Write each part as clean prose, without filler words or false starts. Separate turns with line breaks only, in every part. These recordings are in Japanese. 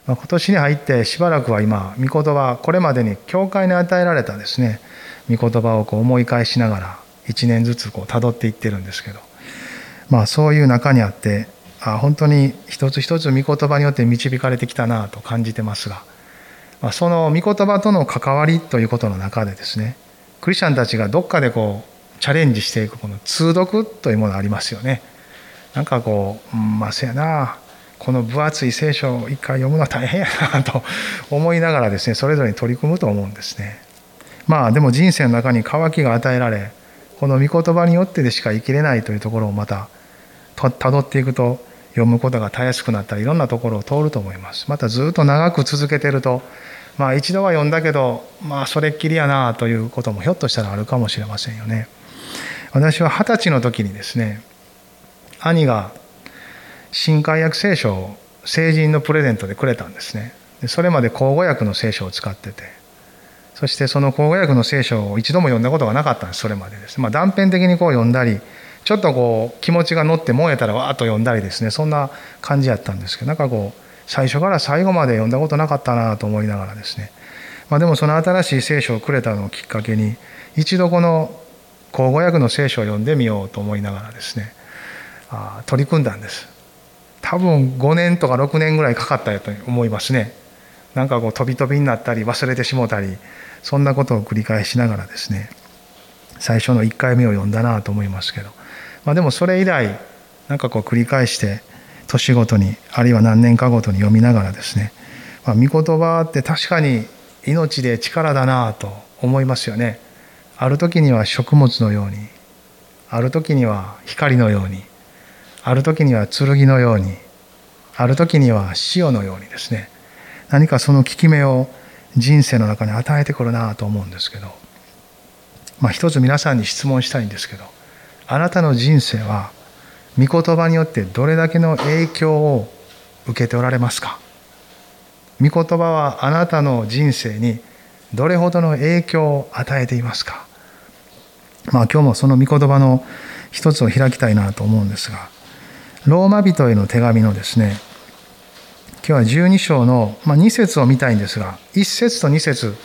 今年に入ってしばらくは今御言葉、これまでに教会に与えられたですね御言葉を思い返しながら一年ずつ辿っていってるんですけど、そういう中にあって本当に一つ一つ御言葉によって導かれてきたなと感じてますが、その御言葉との関わりということの中でですね、クリスチャンたちがどっかでチャレンジしていくこの通読というものがありますよね。なんかせやな、この分厚い聖書を一回読むのは大変やなと思いながらですね、それぞれに取り組むと思うんですね。でも人生の中に渇きが与えられ、この御言葉によってでしか生きれないというところをまた辿っていくと、読むことがたやすくなったり、いろんなところを通ると思います。またずっと長く続けてると、一度は読んだけどそれっきりやなということもひょっとしたらあるかもしれませんよね。私は20歳の時にですね、兄が新海訳聖書を成人のプレゼントでくれたんですね。それまで口語訳の聖書を使ってて、そしてその口語訳の聖書を一度も読んだことがなかったんです。それまでです。断片的に読んだり、ちょっと気持ちが乗って燃えたらわーっと読んだりですね、そんな感じやったんですけど、最初から最後まで読んだことなかったなと思いながらですね、でもその新しい聖書をくれたのをきっかけに、一度この口語訳の聖書を読んでみようと思いながらですね、取り組んだんです。多分5年とか6年ぐらいかかったと思いますね。飛び飛びになったり忘れてしもたり、そんなことを繰り返しながらですね、最初の1回目を読んだなと思いますけど、でもそれ以来繰り返して年ごとに、あるいは何年かごとに読みながらですね、御言葉って確かに命で力だなと思いますよね。ある時には食物のように、ある時には光のように、ある時には剣のように、ある時には塩のようにですね、何かその効き目を人生の中に与えてくるなと思うんですけど、一つ皆さんに質問したいんですけど、あなたの人生は御言葉によってどれだけの影響を受けておられますか？御言葉はあなたの人生にどれほどの影響を与えていますか？今日もその御言葉の一つを開きたいなと思うんですが、ローマ人への手紙のですね、今日は12章の2節を見たいんですが、1節と2節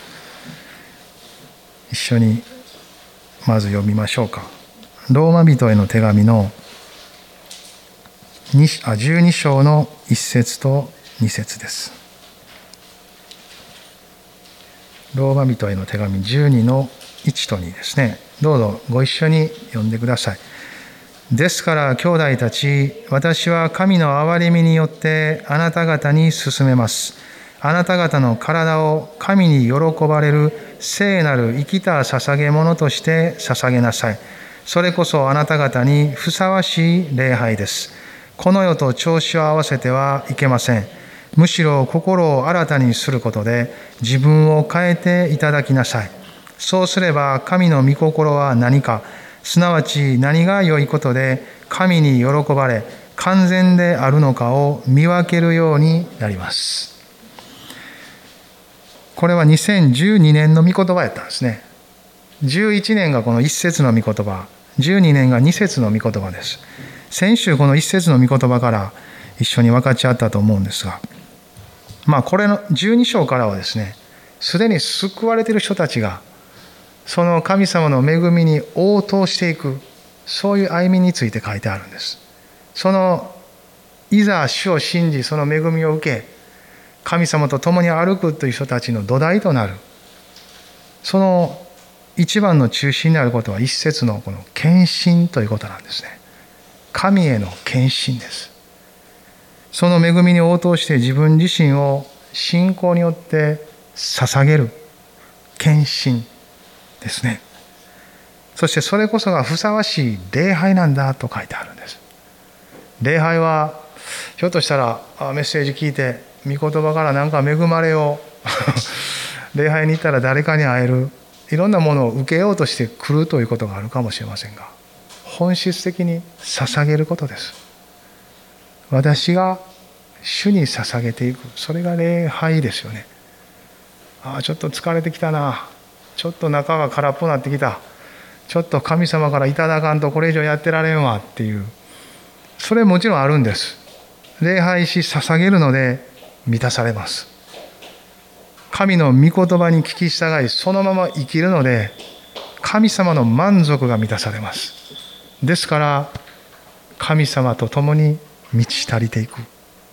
一緒にまず読みましょうか。ローマ人への手紙の12章の1節と2節です。ローマ人への手紙12の1と2ですね。どうぞご一緒に読んでください。ですから兄弟たち、私は神の憐れみによってあなた方に勧めます。あなた方の体を神に喜ばれる聖なる生きた捧げ物として捧げなさい。それこそあなた方にふさわしい礼拝です。この世と調子を合わせてはいけません。むしろ心を新たにすることで自分を変えていただきなさい。そうすれば神の御心は何か、すなわち何が良いことで神に喜ばれ完全であるのかを見分けるようになります。これは2012年の御言葉やったんですね。11年がこの1節の御言葉、12年が2節の御言葉です。先週この1節の御言葉から一緒に分かち合ったと思うんですが、これの12章からはですね、すでに救われている人たちがその神様の恵みに応答していく、そういう歩みについて書いてあるんです。そのいざ主を信じ、その恵みを受け神様と共に歩くという人たちの土台となる、その一番の中心にあることは一節のこの献身ということなんですね。神への献身です。その恵みに応答して自分自身を信仰によって捧げる献身ですね。そしてそれこそがふさわしい礼拝なんだと書いてあるんです。礼拝はひょっとしたらメッセージ聞いて御言葉から何か恵まれよう礼拝に行ったら誰かに会える、いろんなものを受けようとしてくるということがあるかもしれませんが、本質的に捧げることです。私が主に捧げていく、それが礼拝ですよね。ちょっと疲れてきたな、ちょっと中が空っぽになってきた、ちょっと神様からいただかんとこれ以上やってられんわっていう、それもちろんあるんです。礼拝し捧げるので満たされます。神の御言葉に聞き従い、そのまま生きるので、神様の満足が満たされます。ですから、神様と共に満ち足りていく。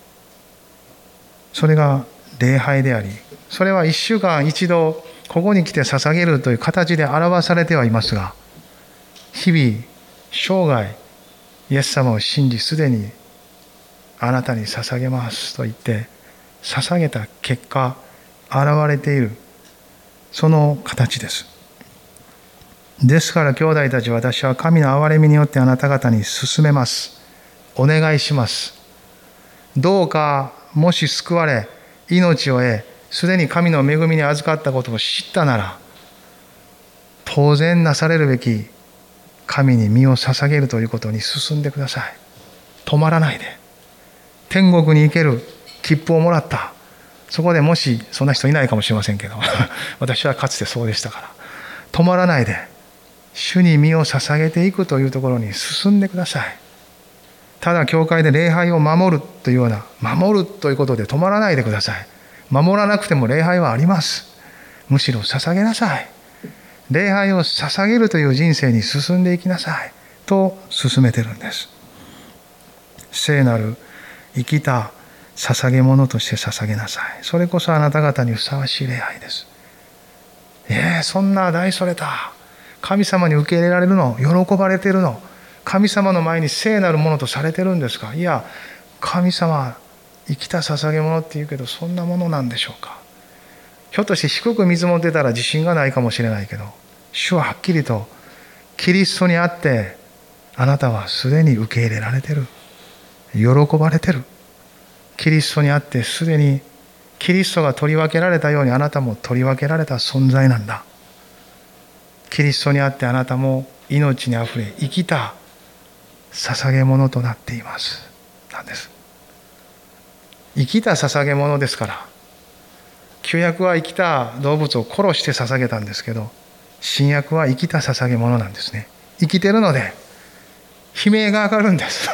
それが礼拝であり、それは1週間一度、ここに来て捧げるという形で表されてはいますが、日々、生涯、イエス様を信じ、すでにあなたに捧げますと言って、捧げた結果、現れている、その形です。ですから兄弟たち、私は神の憐れみによってあなた方に勧めます。お願いします。どうか、もし救われ、命を得、すでに神の恵みに預かったことを知ったなら、当然なされるべき神に身を捧げるということに進んでください。止まらないで。天国に行ける切符をもらった。そこでもし、そんな人いないかもしれませんけど、私はかつてそうでしたから、止まらないで、主に身を捧げていくというところに進んでください。ただ教会で礼拝を守るというような、守るということで止まらないでください。守らなくても礼拝はあります。むしろ捧げなさい。礼拝を捧げるという人生に進んでいきなさいと進めてるんです。聖なる生きた捧げ物として捧げなさい。それこそあなた方にふさわしい礼拝です。そんな大それた神様に受け入れられるの、喜ばれているの、神様の前に聖なるものとされてるんですか。いや、神様、生きた捧げ物って言うけど、そんなものなんでしょうか。ひょっとして低く見積もってたら自信がないかもしれないけど、主ははっきりと、キリストにあって、あなたはすでに受け入れられてる。喜ばれてる。キリストにあってすでに、キリストが取り分けられたようにあなたも取り分けられた存在なんだ。キリストにあってあなたも命にあふれ、生きた捧げ物となっています。なんです。生きた捧げ物ですから、旧約は生きた動物を殺して捧げたんですけど、新約は生きた捧げ物なんですね。生きてるので悲鳴が上がるんです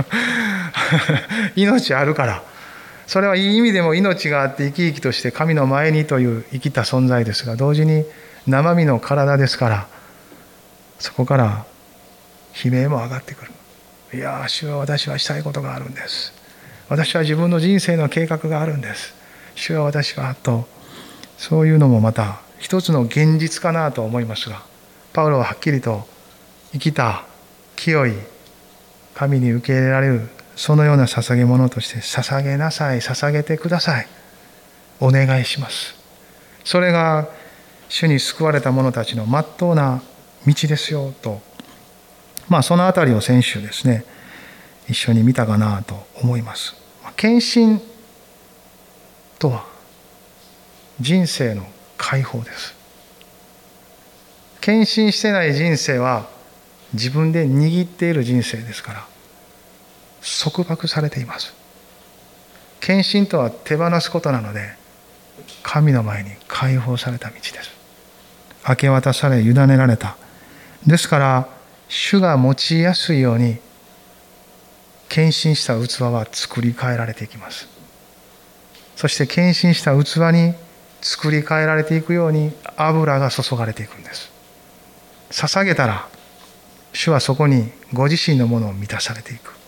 命あるから。それはいい意味でも命があって生き生きとして神の前にという生きた存在ですが、同時に生身の体ですから、そこから悲鳴も上がってくる。いや、主は私はしたいことがあるんです。私は自分の人生の計画があるんです。主は私はと、そういうのもまた一つの現実かなと思いますが、パウロははっきりと生きた清い神に受け入れられるそのような捧げ物として捧げなさい、捧げてください、お願いします。それが主に救われた者たちの真っ当な道ですよと、そのあたりを先週ですね、一緒に見たかなと思います。献身とは人生の解放です。献身してない人生は自分で握っている人生ですから束縛されています。献身とは手放すことなので、神の前に解放された道です。明け渡され委ねられた。ですから主が用いやすいように献身した器は作り変えられていきます。そして献身した器に作り変えられていくように油が注がれていくんです。捧げたら主はそこにご自身のものを満たされていく。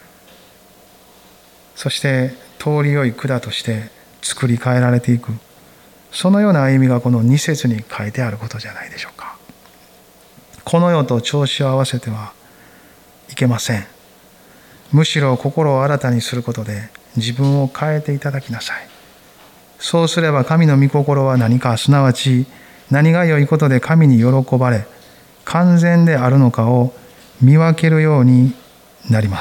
そして通り良い管として作り変えられていく。そのような歩みがこの2節に書いてあることじゃないでしょうか。この世と調子を合わせてはいけません。むしろ心を新たにすることで自分を変えていただきなさい。そうすれば神の御心は何か、すなわち何が良いことで神に喜ばれ完全であるのかを見分けるようになります。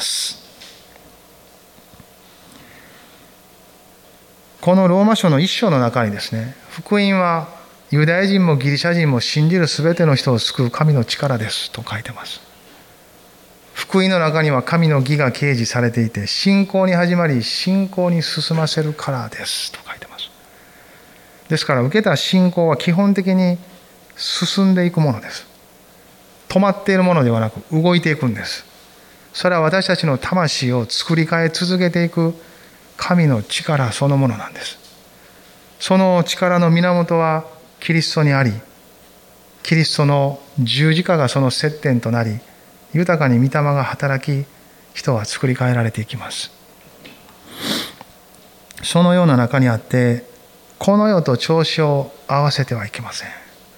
このローマ書の一章の中にですね、福音はユダヤ人もギリシャ人も信じるすべての人を救う神の力ですと書いてます。福音の中には神の義が掲示されていて、信仰に始まり信仰に進ませるからですと書いてます。ですから受けた信仰は基本的に進んでいくものです。止まっているものではなく動いていくんです。それは私たちの魂を作り変え続けていく神の力そのものなんです。その力の源はキリストにあり、キリストの十字架がその接点となり、豊かに御霊が働き、人は作り変えられていきます。そのような中にあって、この世と調子を合わせてはいけません。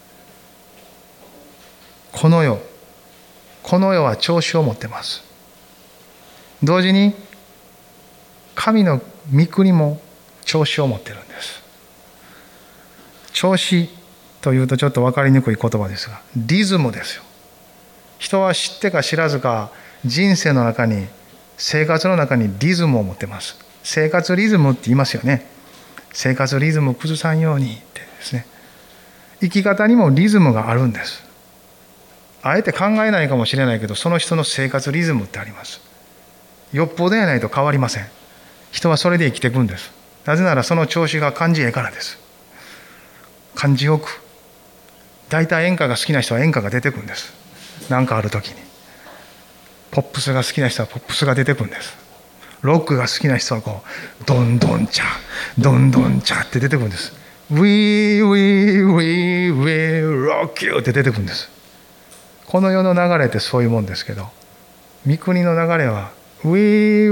この世は調子を持っています。同時に神の御国も調子を持っているんです。調子というとちょっと分かりにくい言葉ですが、リズムですよ。人は知ってか知らずか人生の中に、生活の中にリズムを持っています。生活リズムって言いますよね。生活リズムを崩さんようにってですね。生き方にもリズムがあるんです。あえて考えないかもしれないけど、その人の生活リズムってあります。よっぽどやないと変わりません。人はそれで生きていくんです。なぜならその調子が感じええからです。感じよく。大体演歌が好きな人は演歌が出てくるんです。何かある時に。ポップスが好きな人はポップスが出てくるんです。ロックが好きな人はこうドンドンチャドンドンチャって出てくるんです。We rock you って出てくるんです。この世の流れってそういうもんですけど、御国の流れは We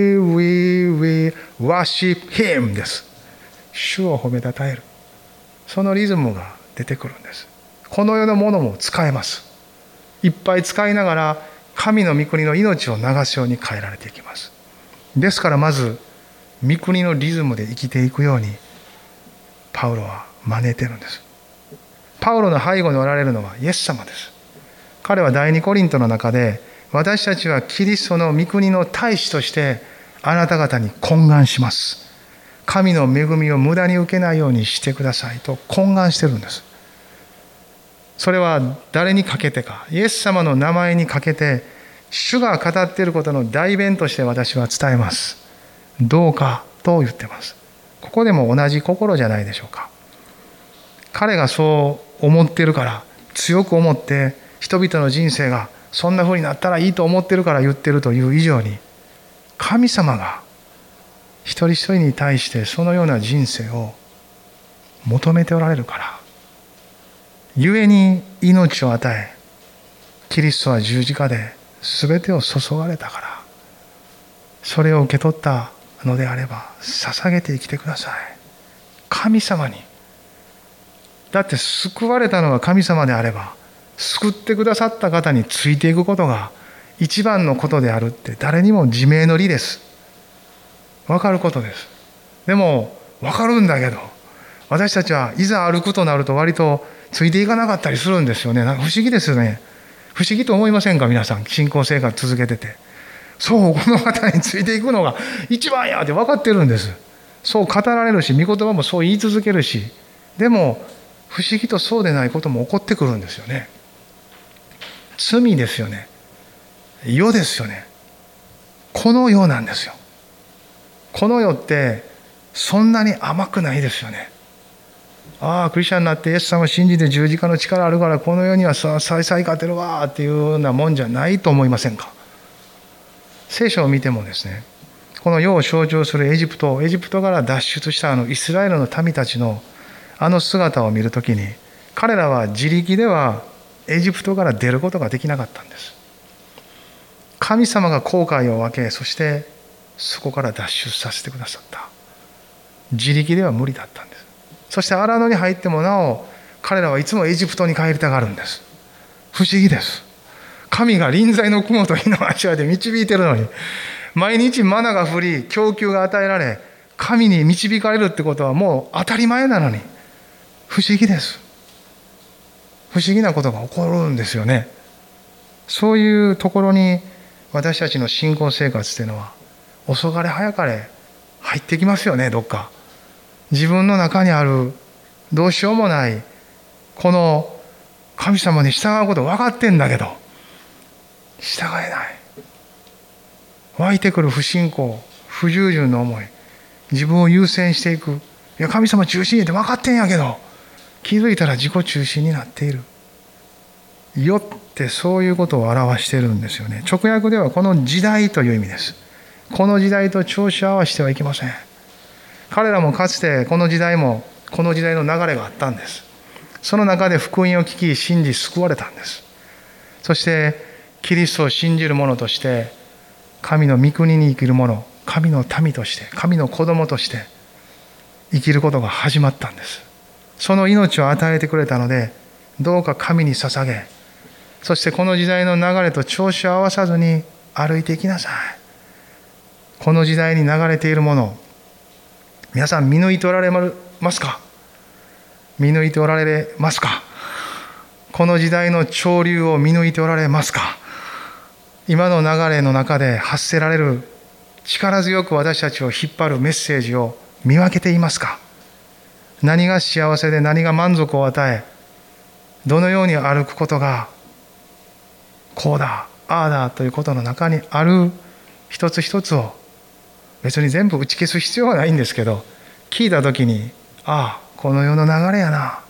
worship him です。主を褒めたたえる。そのリズムが出てくるんです。この世のものも使えます。いっぱい使いながら神の御国の命を流すように変えられていきます。ですからまず御国のリズムで生きていくようにパウロは招いてるんです。パウロの背後におられるのはイエス様です。彼は第二コリントの中で、私たちはキリストの御国の大使としてあなた方に懇願します。神の恵みを無駄に受けないようにしてくださいと懇願してるんです。それは誰にかけてか、イエス様の名前にかけて、主が語っていることの代弁として私は伝えます。どうかと言ってます。ここでも同じ心じゃないでしょうか。彼がそう思っているから、強く思って人々の人生がそんな風になったらいいと思ってるから言ってるという以上に、神様が一人一人に対してそのような人生を求めておられるから、故に命を与え、キリストは十字架で全てを注がれたから、それを受け取ったのであれば捧げて生きてください。神様に。だって救われたのが神様であれば、救ってくださった方についていくことが一番のことであるって誰にも自明の理です。わかることです。でもわかるんだけど、私たちはいざ歩くとなると割とついていかなかったりするんですよね。なんか不思議ですよね。不思議と思いませんか、皆さん。信仰生活続けてて。そう、この方についていくのが一番やって分かってるんです。そう語られるし、御言葉もそう言い続けるし、でも不思議とそうでないことも起こってくるんですよね。罪ですよね。世ですよね。この世なんですよ。この世ってそんなに甘くないですよね。ああ、クリスチャンになってイエス様を信じて十字架の力あるからこの世にはささいさい勝てるわっていうようなもんじゃないと思いませんか。聖書を見てもですね、この世を象徴するエジプトから脱出したイスラエルの民たちのあの姿を見るときに、彼らは自力ではエジプトから出ることができなかったんです。神様が航海を分け、そしてそこから脱出させてくださった。自力では無理だったんです。そして荒野に入ってもなお彼らはいつもエジプトに帰りたがるんです。不思議です。神が臨在の雲と火の柱で導いてるのに、毎日マナが降り供給が与えられ、神に導かれるってことはもう当たり前なのに、不思議です。不思議なことが起こるんですよね。そういうところに私たちの信仰生活っていうのは遅かれ早かれ入ってきますよね。どっか自分の中にあるどうしようもないこの神様に従うこと分かってんだけど従えない、湧いてくる不信仰、不従順の思い、自分を優先していく、いや神様中心って分かってんやけど、気づいたら自己中心になっている。世ってそういうことを表しているんですよね。直訳ではこの時代という意味です。 この時代と調子を合わせてはいけません。彼らもかつてこの時代の流れがあったんです。その中で福音を聞き、信じ、救われたんです。そしてキリストを信じる者として、神の御国に生きる者、神の民として、神の子供として生きることが始まったんです。その命を与えてくれたので、どうか神に捧げ、そしてこの時代の流れと調子を合わさずに歩いていきなさい。この時代に流れているものを皆さん見抜いておられますか？見抜いておられますか？この時代の潮流を見抜いておられますか？今の流れの中で発せられる力強く私たちを引っ張るメッセージを見分けていますか？何が幸せで何が満足を与え、どのように歩くことがこうだ、ああだということの中にある一つ一つを、別に全部打ち消す必要はないんですけど、聞いたときに、ああ、この世の流れやな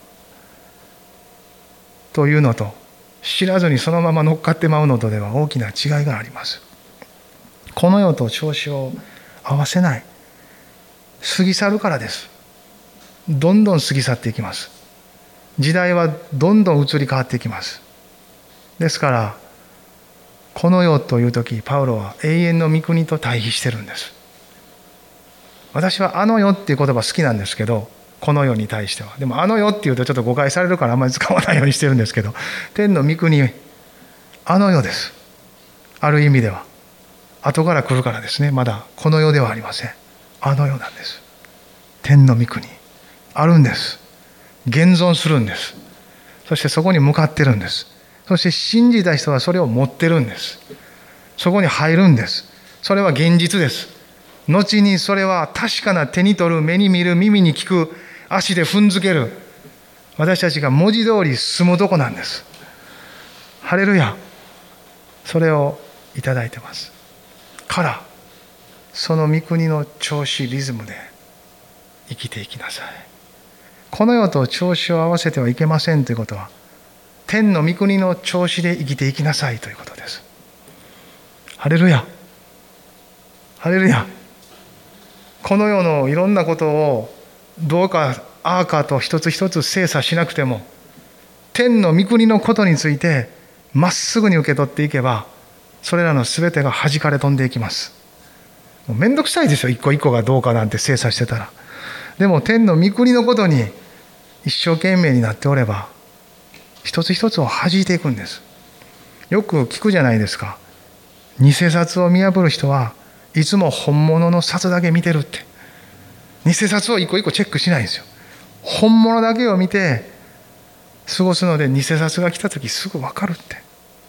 というのと、知らずにそのまま乗っかってまうのとでは大きな違いがあります。この世と調子を合わせない。過ぎ去るからです。どんどん過ぎ去っていきます。時代はどんどん移り変わっていきます。ですから、この世というとき、パウロは永遠の御国と対比してるんです。私はあの世っていう言葉好きなんですけど、この世に対しては。でもあの世っていうとちょっと誤解されるからあんまり使わないようにしてるんですけど、天の御国、あの世です。ある意味では。後から来るからですね。まだこの世ではありません。あの世なんです。天の御国。あるんです。現存するんです。そしてそこに向かってるんです。そして信じた人はそれを持ってるんです。そこに入るんです。それは現実です。後にそれは確かな手に取る、目に見る、耳に聞く、足で踏んづける、私たちが文字通り住むとこなんです。ハレルヤ。それをいただいてます。から、その御国の調子、リズムで生きていきなさい。この世と調子を合わせてはいけませんということは、天の御国の調子で生きていきなさいということです。ハレルヤ。ハレルヤ。この世のいろんなことをどうかああかと一つ一つ精査しなくても、天の御国のことについてまっすぐに受け取っていけば、それらの全てが弾かれ飛んでいきます。もうめんどくさいですよ、一個一個がどうかなんて精査してたら。でも天の御国のことに一生懸命になっておれば、一つ一つを弾いていくんです。よく聞くじゃないですか。偽札を見破る人はいつも本物の札だけ見てるって。偽札を一個一個チェックしないんですよ。本物だけを見て過ごすので、偽札が来た時すぐ分かるって。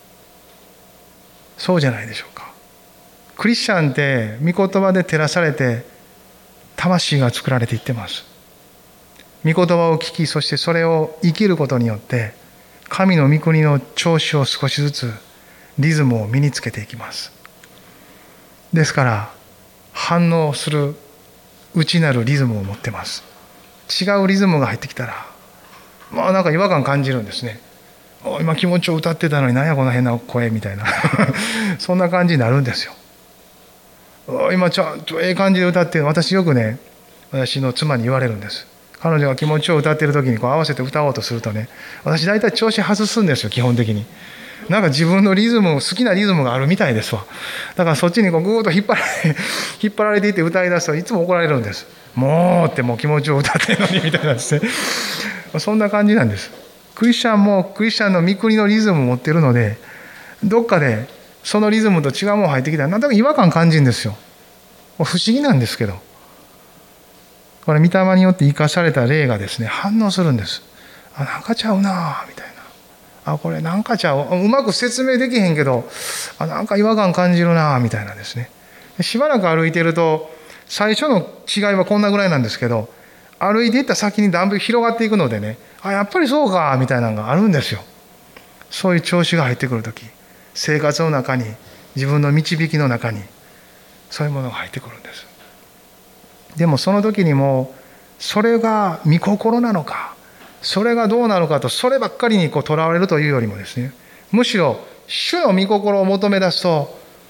そうじゃないでしょうか。クリスチャンって御言葉で照らされて魂が作られていってます。御言葉を聞き、そしてそれを生きることによって神の御国の調子を少しずつリズムを身につけていきます。ですから反応する内なるリズムを持ってます。違うリズムが入ってきたらなんか違和感感じるんですね。今気持ちを歌ってたのに何やこの変な声みたいなそんな感じになるんですよ。今ちゃんと感じで歌ってる。私よくね、私の妻に言われるんです。彼女が気持ちを歌ってる時に合わせて歌おうとするとね、私大体調子外すんですよ、基本的に。なんか自分のリズム、好きなリズムがあるみたいですわ。だからそっちにぐーっと引っ張られていって歌い出すといつも怒られるんです。もうってもう気持ちを歌ってるのにみたいなんですね。そんな感じなんです。クリスチャンもクリスチャンの御国のリズムを持ってるので、どっかでそのリズムと違うもの入ってきたらなんとなく違和感感じるんですよ。不思議なんですけど、これ御霊によって生かされた霊がですね、反応するんです。なんかちゃうなみたいな。これなんかちゃう。うまく説明できへんけど、なんか違和感感じるなみたいなですね。しばらく歩いていると、最初の違いはこんなぐらいなんですけど、歩いていった先にだんだん広がっていくのでね、やっぱりそうかみたいなのがあるんですよ。そういう調子が入ってくるとき、生活の中に、自分の導きの中に、そういうものが入ってくるんです。でもその時にも、それが御心なのか、それがどうなのかと、そればっかりにとらわれるというよりもですね、むしろ主の御心を求め出すと、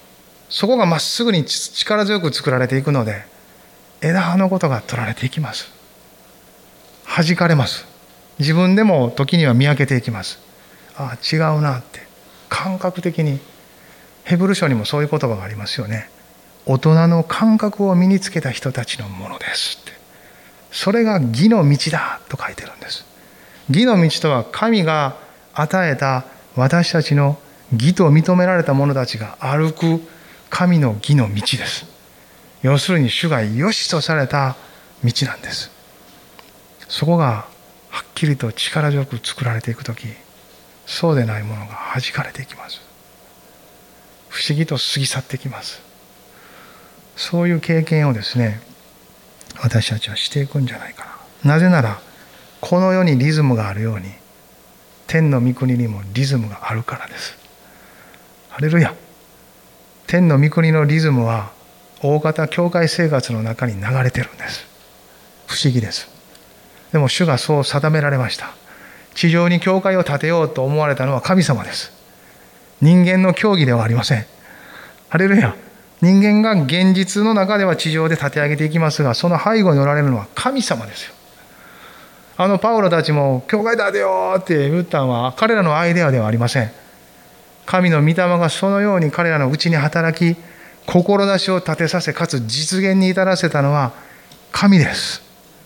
そこがまっすぐに力強く作られていくので、枝葉のことが取られていきます。弾かれます。自分でも時には見分けていきます。ああ違うなって、感覚的に。ヘブル書にもそういう言葉がありますよね。大人の感覚を身につけた人たちのものですって。それが義の道だと書いてるんです。義の道とは神が与えた私たちの義と認められた者たちが歩く神の義の道です。要するに主が良しとされた道なんです。そこがはっきりと力強く作られていくとき、そうでないものが弾かれていきます。不思議と過ぎ去ってきます。そういう経験をですね、私たちはしていくんじゃないかな。なぜなら、この世にリズムがあるように、天の御国にもリズムがあるからです。ハレルヤ。天の御国のリズムは、大方教会生活の中に流れてるんです。不思議です。でも主がそう定められました。地上に教会を建てようと思われたのは神様です。人間の教義ではありません。ハレルヤ。人間が現実の中では地上で立て上げていきますが、その背後におられるのは神様ですよ。パウロたちも教会建てようって言ったのは彼らのアイデアではありません。神の御霊がそのように彼らのうちに働き、志を立てさせ、かつ実現に至らせたのは神です。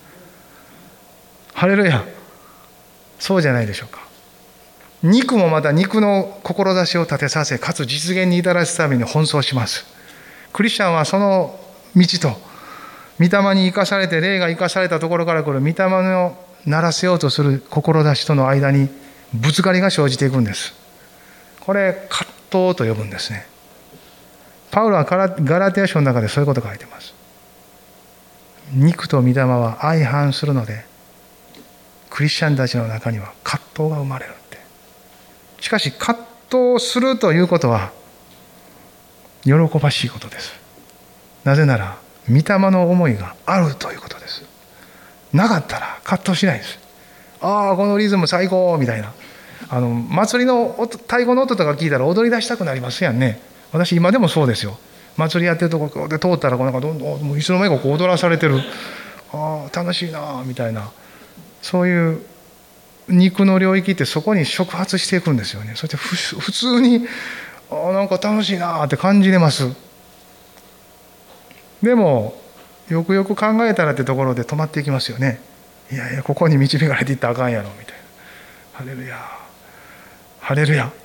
ハレルヤ。そうじゃないでしょうか。肉もまた肉の志を立てさせ、かつ実現に至らせるために奔走します。クリスチャンはその道と、御霊に生かされて、霊が生かされたところから来る御霊のならせようとする志との間にぶつかりが生じていくんです。これ、葛藤と呼ぶんですね。パウロはガラテヤ書の中でそういうことを書いています。肉と御霊は相反するので、クリスチャンたちの中には葛藤が生まれるって。しかし葛藤するということは喜ばしいことです。なぜなら御霊の思いがあるということです。なかったら葛藤しないです。ああこのリズム最高みたいな、祭りの太鼓の音とか聞いたら踊り出したくなりますやんね。私今でもそうですよ。祭りやってるところで通ったらなんかどんどんいつの間にかこう踊らされてる、ああ楽しいなみたいな、そういう肉の領域ってそこに触発していくんですよね。そして普通になんか楽しいなって感じれます。でもよくよく考えたらってところで止まっていきますよね。いやいやここに導かれていったらあかんやろみたいな。ハレルヤハレルヤ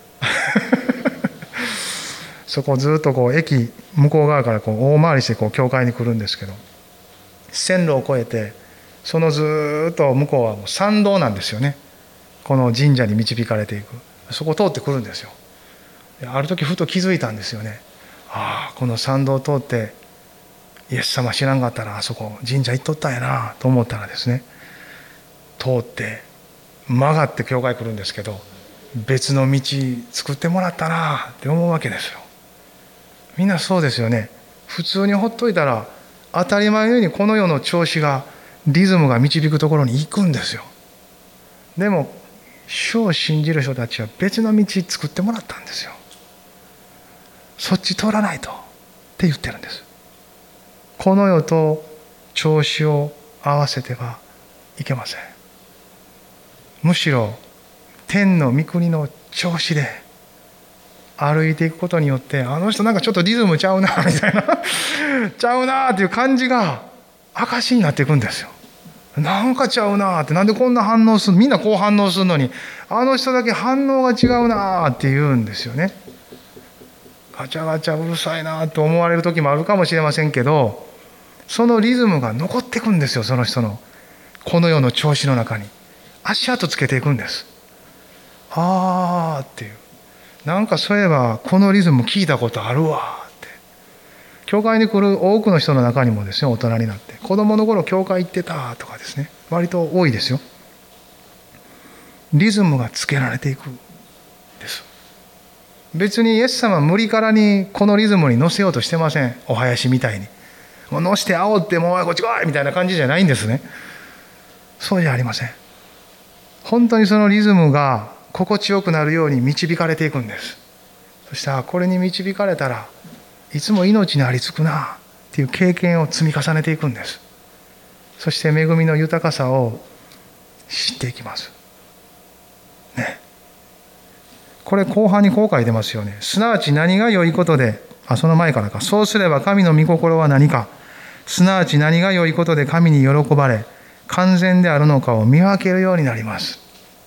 そこずっとこう駅向こう側からこう大回りしてこう教会に来るんですけど、線路を越えてそのずっと向こうはもう参道なんですよね。この神社に導かれていく、そこを通ってくるんですよ。ある時ふと気づいたんですよね。ああこの参道を通ってイエス様知らんかったらあそこ神社行っとったんやなと思ったらですね、通って曲がって教会来るんですけど、別の道作ってもらったなって思うわけですよ。みんなそうですよね。普通にほっといたら当たり前のようにこの世の調子がリズムが導くところに行くんですよ。でも主を信じる人たちは別の道作ってもらったんですよ。そっち通らないとって言ってるんです。この世と調子を合わせてはいけません。むしろ天の御国の調子で歩いていくことによって、あの人なんかちょっとリズムちゃうなみたいなちゃうなっていう感じが証になっていくんですよ。なんかちゃうなって、なんでこんな反応する、みんなこう反応するのにあの人だけ反応が違うなって言うんですよね。ガチャガチャうるさいなと思われる時もあるかもしれませんけど、そのリズムが残っていくんですよ。その人のこの世の調子の中に足跡つけていくんです。あーっていう、なんかそういえばこのリズム聞いたことあるわって。教会に来る多くの人の中にもですね、大人になって子供の頃教会行ってたとかですね、割と多いですよ。リズムがつけられていくんです。別にイエス様は無理からにこのリズムに乗せようとしてません。お囃子みたいにもう乗して煽ってもうこっち来いみたいな感じじゃないんですね。そうじゃありません。本当にそのリズムが心地よくなるように導かれていくんです。そしたらこれに導かれたらいつも命にありつくなっていう経験を積み重ねていくんです。そして恵みの豊かさを知っていきます。ね。これ後半にこう書いてますよね。すなわち何が良いことで、その前からか。そうすれば神の御心は何か。すなわち何が良いことで神に喜ばれ、完全であるのかを見分けるようになります。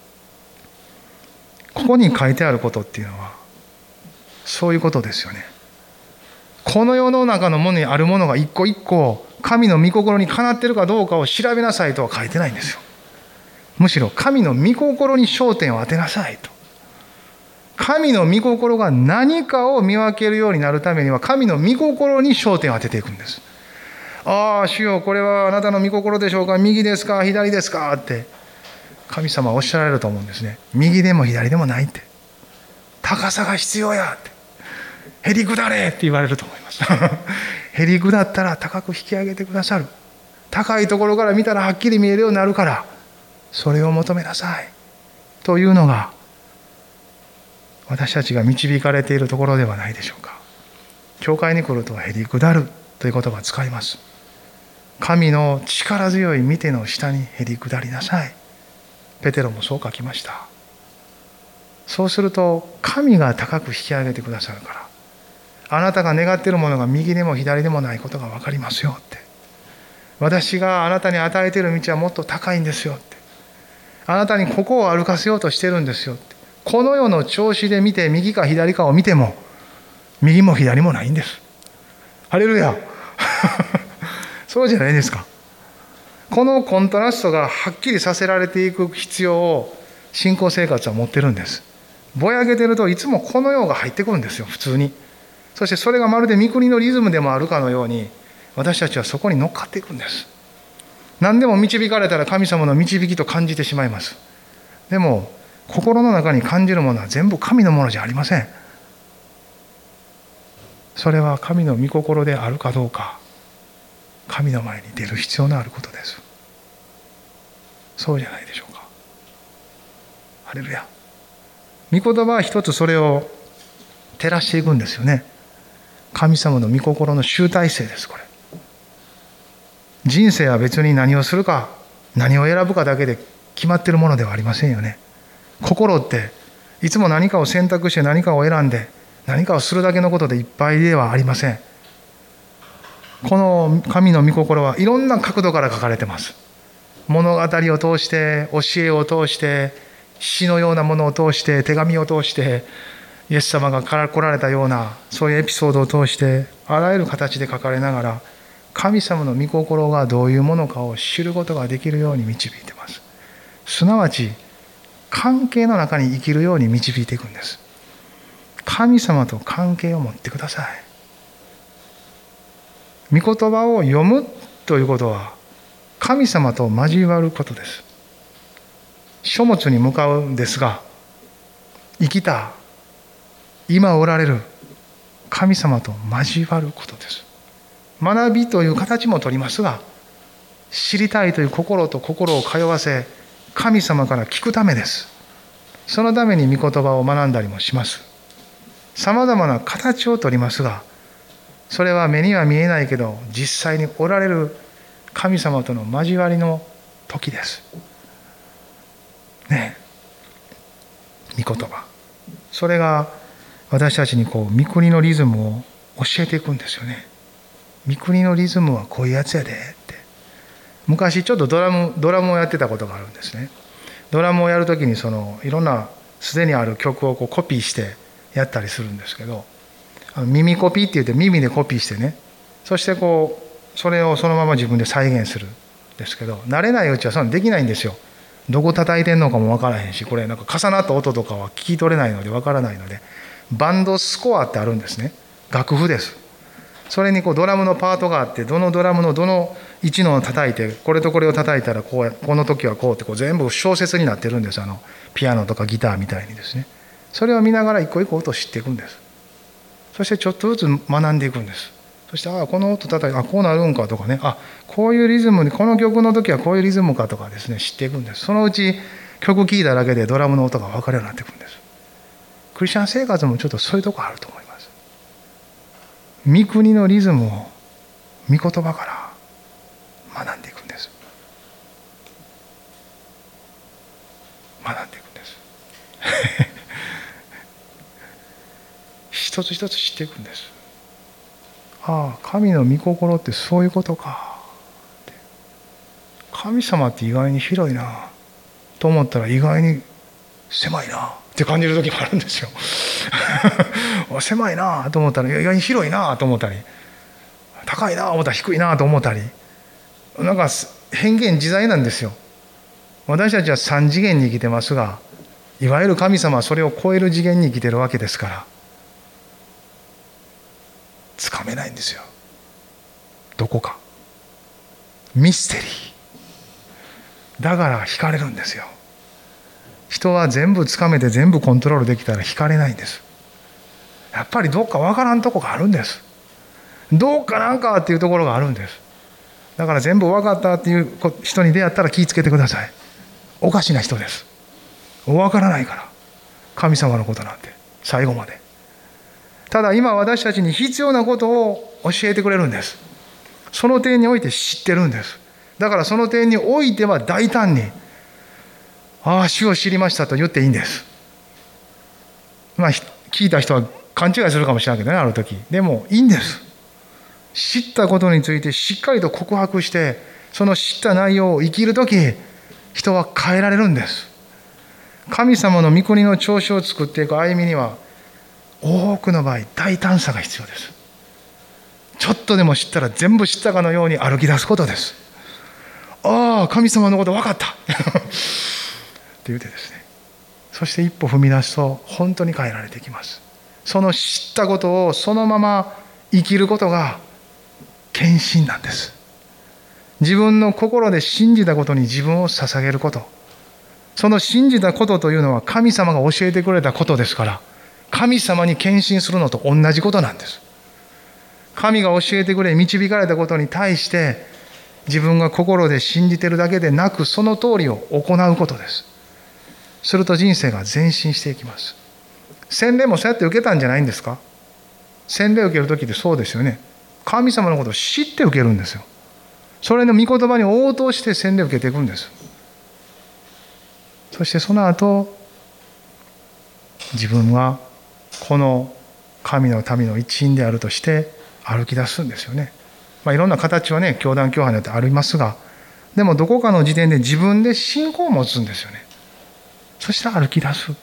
ここに書いてあることっていうのは、そういうことですよね。この世の中のものにあるものが一個一個、神の御心にかなっているかどうかを調べなさいとは書いてないんですよ。むしろ神の御心に焦点を当てなさいと。神の御心が何かを見分けるようになるためには、神の御心に焦点を当てていくんです。ああ、主よ、これはあなたの御心でしょうか、右ですか、左ですかって神様はおっしゃられると思うんですね。右でも左でもないって。高さが必要やって。へりくだれって言われると思います。へりくだったら高く引き上げてくださる。高いところから見たらはっきり見えるようになるから、それを求めなさい。というのが、私たちが導かれているところではないでしょうか。教会に来るとへりくだるという言葉を使います。神の力強い御手の下にへりくだりなさい。ペテロもそう書きました。そうすると神が高く引き上げてくださるから、あなたが願っているものが右でも左でもないことが分かりますよって。私があなたに与えている道はもっと高いんですよって。あなたにここを歩かせようとしてるんですよって。この世の調子で見て右か左かを見ても右も左もないんです。ハレルヤ。そうじゃないですか。このコントラストがはっきりさせられていく必要を信仰生活は持ってるんです。ぼやけてるといつもこの世が入ってくるんですよ、普通に。そしてそれがまるで御国のリズムでもあるかのように、私たちはそこに乗っかっていくんです。何でも導かれたら神様の導きと感じてしまいます。でも心の中に感じるものは全部神のものじゃありません。それは神の御心であるかどうか、神の前に出る必要のあることです。そうじゃないでしょうか。ハレルヤ。御言葉は一つそれを照らしていくんですよね。神様の御心の集大成です。これ人生は別に何をするか何を選ぶかだけで決まっているものではありませんよね。心っていつも何かを選択して何かを選んで何かをするだけのことでいっぱいではありません。この神の御心はいろんな角度から書かれてます。物語を通して、教えを通して、詩のようなものを通して、手紙を通して、イエス様が来られたようなそういうエピソードを通してあらゆる形で書かれながら、神様の御心がどういうものかを知ることができるように導いています。すなわち関係の中に生きるように導いていくんです。神様と関係を持ってください。御言葉を読むということは神様と交わることです。書物に向かうんですが、生きた今おられる神様と交わることです。学びという形も取りますが、知りたいという心と心を通わせ神様から聞くためです。そのために御言葉を学んだりもします。さまざまな形を取りますが、それは目には見えないけど実際におられる神様との交わりの時です。ねえ、御言葉。それが私たちに御国のリズムを教えていくんですよね。御国のリズムはこういうやつやでって。昔ちょっとドラムをやってたことがあるんですね。ドラムをやるときにいろんなすでにある曲をコピーしてやったりするんですけど、耳コピーって言って耳でコピーしてね、そしてそれをそのまま自分で再現するんですけど、慣れないうちはそんなできないんですよ。どこ叩いてんのかも分からへんし、これなんか重なった音とかは聞き取れないので分からないので、バンドスコアってあるんですね。楽譜です。それにドラムのパートがあって、どのドラムのどの位置のを叩いて、これとこれを叩いたらこの時はこうって全部小説になってるんです。ピアノとかギターみたいにですね。それを見ながら一個一個音を知っていくんです。そしてちょっとずつ学んでいくんです。そしてこの音叩いてこうなるんかとかね、こういうリズムにこの曲の時はこういうリズムかとかですね、知っていくんです。そのうち曲聴いただけでドラムの音が分かるようになっていくんです。クリスチャン生活もちょっとそういうとこあると思います。 御国のリズムを御言葉から学んでいくんです。学んでいくんです一つ一つ知っていくんです。ああ、神の御心ってそういうことか。神様って意外に広いなと思ったら意外に狭いなって感じる時もあるんですよ狭いなと思ったら意外に広いなと思ったり、高いなと思ったら低いなと思ったり、なんか変幻自在なんですよ。私たちは3次元に生きてますが、いわゆる神様はそれを超える次元に生きてるわけですから、つかめないんですよ。どこかミステリーだから惹かれるんですよ。人は全部つかめて全部コントロールできたら惹かれないんです。やっぱりどっかわからんとこがあるんです。どうかなんかっていうところがあるんです。だから全部分かったっていう人に出会ったら気をつけてください。おかしな人です。分からないから、神様のことなんて最後まで。ただ今私たちに必要なことを教えてくれるんです。その点において知ってるんです。だからその点においては大胆に、ああ、主を知りましたと言っていいんです。まあ聞いた人は勘違いするかもしれないけどね、ある時。でもいいんです。知ったことについてしっかりと告白して、その知った内容を生きる時、人は変えられるんです。神様の御国の調子を作っていく歩みには、多くの場合大胆さが必要です。ちょっとでも知ったら全部知ったかのように歩き出すことです。ああ、神様のこと分かったって言ってですね、そして一歩踏み出すと本当に変えられてきます。その知ったことをそのまま生きることが献身なんです。自分の心で信じたことに自分を捧げること、その信じたことというのは神様が教えてくれたことですから、神様に献身するのと同じことなんです。神が教えてくれ導かれたことに対して自分が心で信じているだけでなく、その通りを行うことです。すると人生が前進していきます。洗礼もそうやって受けたんじゃないんですか。洗礼を受けるときってそうですよね。神様のことを知って受けるんですよ。それの御言葉に応答して洗礼を受けていくんです。そしてその後、自分はこの神の民の一員であるとして歩き出すんですよね。いろんな形はね、教団教派によってありますが、でもどこかの時点で自分で信仰を持つんですよね。そして歩き出す。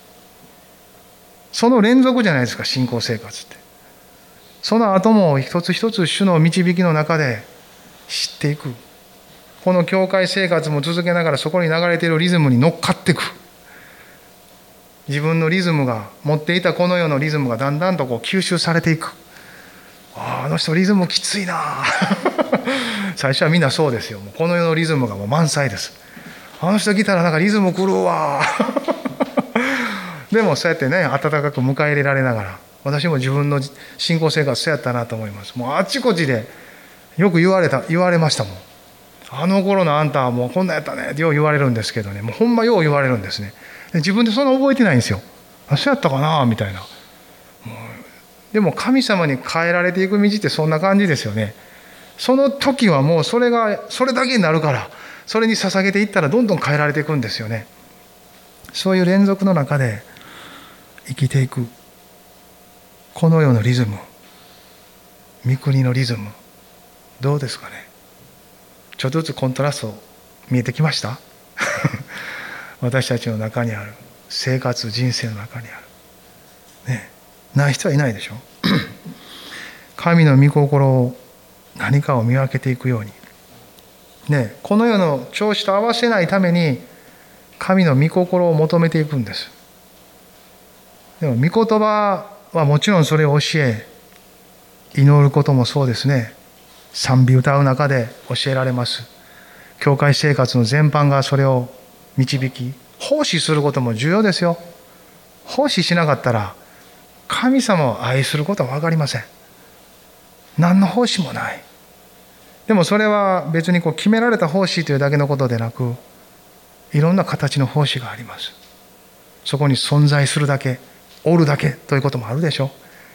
その連続じゃないですか、信仰生活って。その後も一つ一つ主の導きの中で知っていく。この教会生活も続けながらそこに流れているリズムに乗っかっていく。自分のリズムが、持っていたこの世のリズムがだんだんと吸収されていく。あの人リズムきついな最初はみんなそうですよ。もうこの世のリズムがもう満載です。あの人来たらなんかリズム来るわでもそうやってね、温かく迎え入れられながら、私も自分の信仰生活そうやったなと思います。もうあちこちでよく言われましたもん。あの頃のあんたはもうこんなんやったねってよう言われるんですけどね、もうほんまよう言われるんですね。で自分でそんな覚えてないんですよ。そうやったかなみたいな。でも神様に変えられていく道ってそんな感じですよね。その時はもうそれだけになるから、それに捧げていったらどんどん変えられていくんですよね。そういう連続の中で生きていく。この世のリズム、御国のリズム、どうですかね。ちょっとずつコントラスト見えてきました私たちの中にある生活、人生の中にあるね、ない人はいないでしょ神の御心を、何かを見分けていくようにね、この世の調子と合わせないために神の御心を求めていくんです。でも御言葉はもちろんそれを教え、祈ることもそうですね。賛美歌う中で教えられます。教会生活の全般がそれを導き、奉仕することも重要ですよ。奉仕しなかったら神様を愛することは分かりません。何の奉仕もない。でもそれは別に決められた奉仕というだけのことでなく、いろんな形の奉仕があります。そこに存在するだけ、おるだけということもあるでしょ。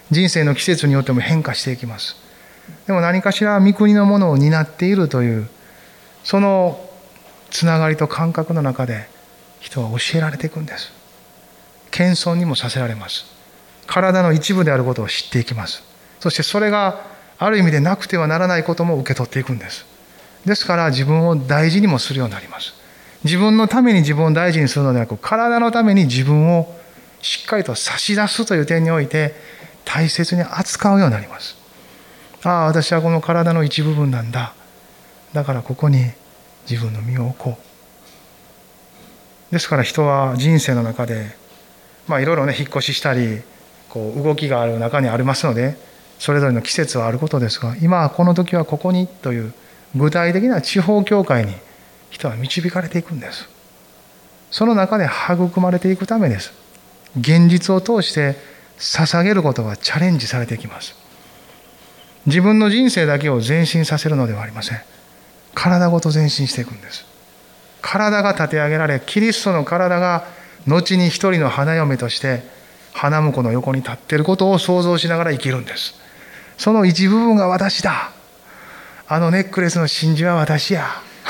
人生の季節によっても変化していきます。でも何かしら御国のものを担っているというそのつながりと感覚の中で人は教えられていくんです。謙遜にもさせられます。体の一部であることを知っていきます。そしてそれがある意味でなくてはならないことも受け取っていくんです。ですから自分を大事にもするようになります。自分のために自分を大事にするのではなく、体のために自分をしっかりと差し出すという点において大切に扱うようになります。ああ、私はこの体の一部分なんだ。だからここに自分の身を置こう。ですから人は人生の中でいろいろね、引っ越ししたり動きがある中にありますので、それぞれの季節はあることですが、今この時はここにという具体的な地方教会に人は導かれていくんです。その中で育まれていくためです。現実を通して捧げることがチャレンジされていきます。自分の人生だけを前進させるのではありません。体ごと前進していくんです。体が立て上げられ、キリストの体が後に一人の花嫁として花婿の横に立っていることを想像しながら生きるんです。その一部分が私だ。あのネックレスの真珠は私や。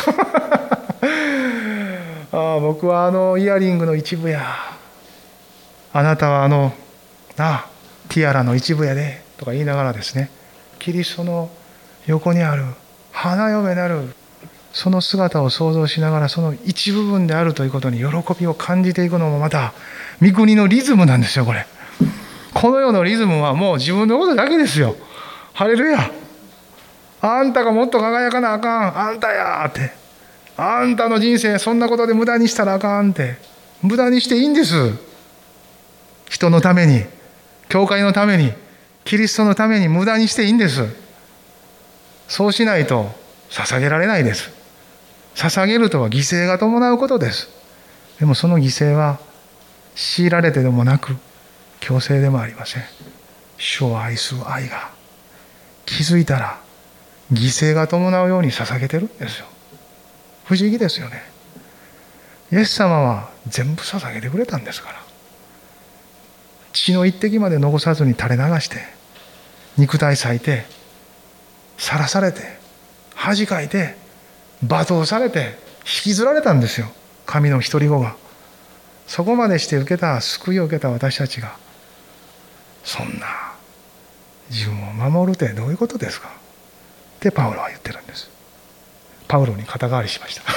僕はあのイヤリングの一部や。あなたはあのティアラの一部やでとか言いながらですね、キリストの横にある花嫁なるその姿を想像しながら、その一部分であるということに喜びを感じていくのもまた御国のリズムなんですよ。この世のリズムはもう自分のことだけですよ。ハレルヤ。あんたがもっと輝かなあかん、あんたやって、あんたの人生そんなことで無駄にしたらあかんって、無駄にしていいんです。人のために、教会のために、キリストのために無駄にしていいんです。そうしないと捧げられないです。捧げるとは犠牲が伴うことです。でもその犠牲は強いられてでもなく強制でもありません。主を愛する愛が気づいたら犠牲が伴うように捧げてるんですよ。不思議ですよね。イエス様は全部捧げてくれたんですから。血の一滴まで残さずに垂れ流して肉体裂いて晒されて恥かいて罵倒されて引きずられたんですよ。神の独り子が。そこまでして受けた救いを受けた私たちがそんな自分を守るってどういうことですかってパウロは言ってるんです。パウロに肩代わりしました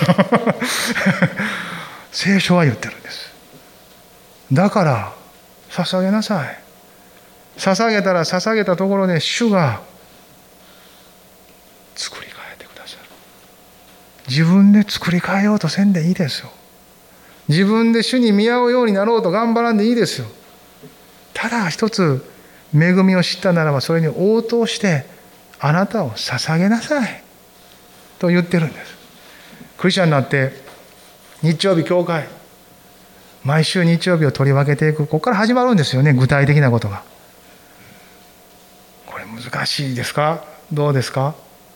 聖書は言ってるんです。だから捧げなさい。捧げたら捧げたところで主が作り変えてくださる。自分で作り変えようとせんでいいですよ。自分で主に見合うようになろうと頑張らんでいいですよ。ただ一つ恵みを知ったならばそれに応答してあなたを捧げなさいと言ってるんです。クリスチャンになって日曜日教会毎週日曜日を取り分けていく、ここから始まるんですよね。具体的なことが。これ難しいですか？どうですか？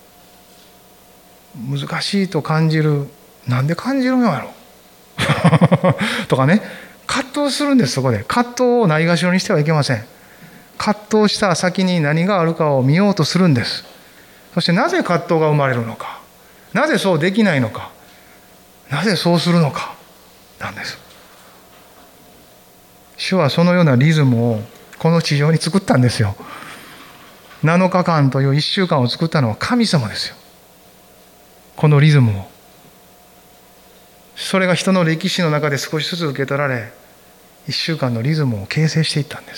難しいと感じる。なんで感じるんやろとかね、葛藤するんです。そこで葛藤をないがしろにしてはいけません。葛藤した先に何があるかを見ようとするんです。そしてなぜ葛藤が生まれるのか、なぜそうできないのか、なぜそうするのかなんです。主はそのようなリズムをこの地上に作ったんですよ。7日間という1週間を作ったのは神様ですよ。このリズムを。それが人の歴史の中で少しずつ受け取られ、1週間のリズムを形成していったんです。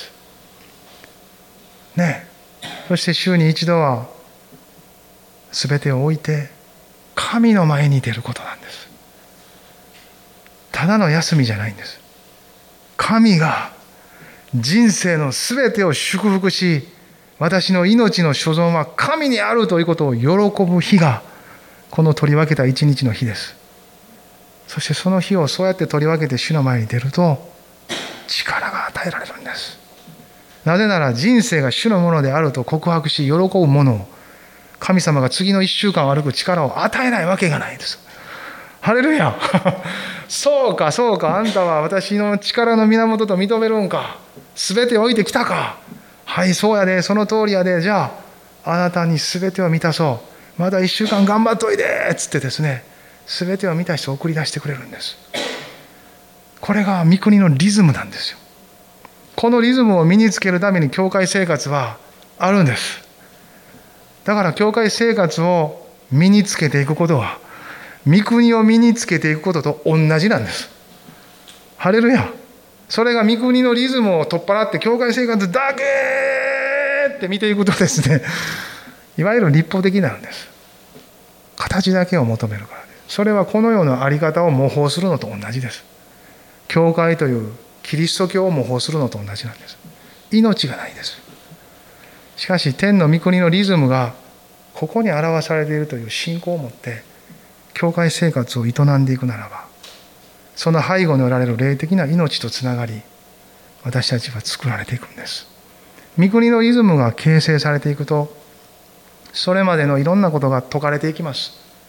ねえ。そして週に一度は全てを置いて神の前に出ることなんです。ただの休みじゃないんです。神が人生の全てを祝福し、私の命の所存は神にあるということを喜ぶ日がこの取り分けた一日の日です。そしてその日をそうやって取り分けて主の前に出ると力が与えられるんです。なぜなら人生が主のものであると告白し喜ぶものを神様が次の1週間歩く力を与えないわけがないです。ハレルヤそうかそうか、あんたは私の力の源と認めるんか、全て置いてきたか、 はいそうやで、その通りやで、じゃああなたに全てを満たそう、まだ1週間頑張っといでっつってですね、全てを満たして送り出してくれるんです。これが御国のリズムなんですよ。このリズムを身につけるために教会生活はあるんです。だから教会生活を身につけていくことは御国を身につけていくことと同じなんです。ハレルヤ。それが御国のリズムを取っ払って教会生活だけって見ていくとですね、いわゆる立法的になるんです。形だけを求めるからです。それはこの世の在り方を模倣するのと同じです。教会というキリスト教を模倣するのと同じなんです。命がないです。しかし天の御国のリズムがここに表されているという信仰を持って教会生活を営んでいくならば、その背後におられる霊的な命とつながり、私たちは作られていくんです。御国のリズムが形成されていくと、それまでのいろんなことが解かれていきます。